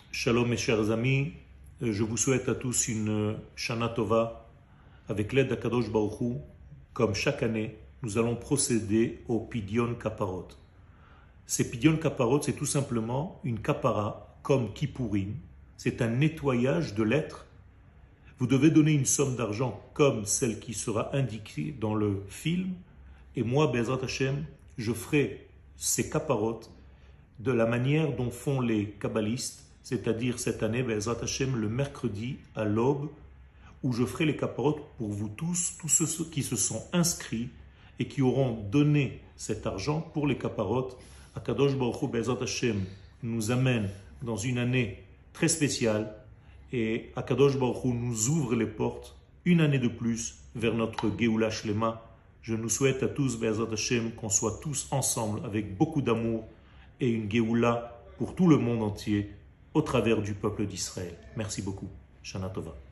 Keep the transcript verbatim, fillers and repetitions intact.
Shalom mes chers amis, je vous souhaite à tous une Shana Tova avec l'aide d'Akadosh Baruch Hu. Comme chaque année, nous allons procéder au Pidyon Kaparot. Ces Pidyon Kaparot, c'est tout simplement une kapara comme Kippourim. C'est un nettoyage de l'être. Vous devez donner une somme d'argent comme celle qui sera indiquée dans le film. Et moi, Be'ezrat Hashem, je ferai ces kaparot de la manière dont font les kabbalistes, c'est-à-dire cette année, Be'ezrat Hashem, le mercredi à l'aube, où je ferai les kaparot pour vous tous, tous ceux qui se sont inscrits et qui auront donné cet argent pour les kaparot. Akadosh Baruch Hu, Be'ezrat Hashem, nous amène dans une année très spéciale et Akadosh Baruch Hu nous ouvre les portes une année de plus vers notre Geoula Shlema. Je nous souhaite à tous, Be'ezrat Hashem, qu'on soit tous ensemble avec beaucoup d'amour et une Geoula pour tout le monde entier au travers du peuple d'Israël. Merci beaucoup. Shana Tova.